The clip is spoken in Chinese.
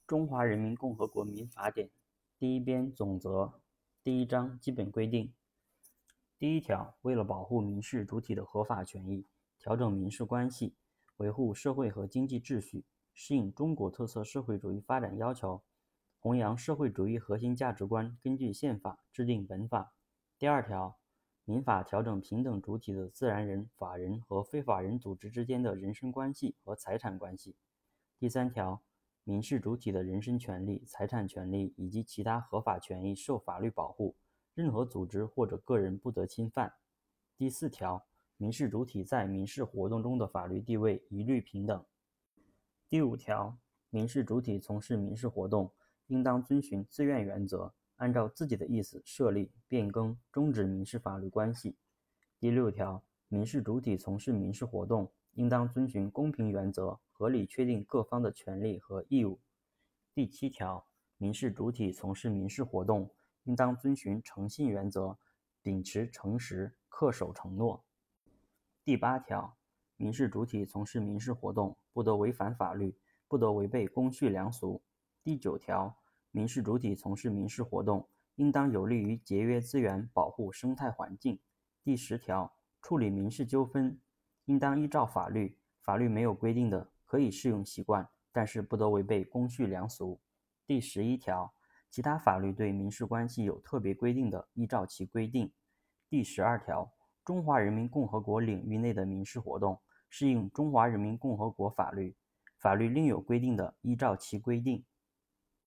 中华人民共和国民法典第一编总则第一章基本规定第一条，为了保护民事主体的合法权益，调整民事关系，维护社会和经济秩序，适应中国特色社会主义发展要求，弘扬社会主义核心价值观，根据宪法制定本法。第二条，民法调整平等主体的自然人、法人和非法人组织之间的人身关系和财产关系。第三条，民事主体的人身权利、财产权利以及其他合法权益受法律保护，任何组织或者个人不得侵犯。第四条，民事主体在民事活动中的法律地位一律平等。第五条，民事主体从事民事活动，应当遵循自愿原则，按照自己的意思设立、变更、终止民事法律关系。第六条，民事主体从事民事活动，应当遵循公平原则，合理确定各方的权利和义务。第七条，民事主体从事民事活动，应当遵循诚信原则，秉持诚实，恪守承诺。第八条，民事主体从事民事活动，不得违反法律，不得违背公序良俗。第九条，民事主体从事民事活动，应当有利于节约资源，保护生态环境。第十条，处理民事纠纷，应当依照法律，法律没有规定的，可以适用习惯，但是不得违背公序良俗。第11条，其他法律对民事关系有特别规定的，依照其规定。第12条，中华人民共和国领域内的民事活动，适应中华人民共和国法律，法律另有规定的，依照其规定。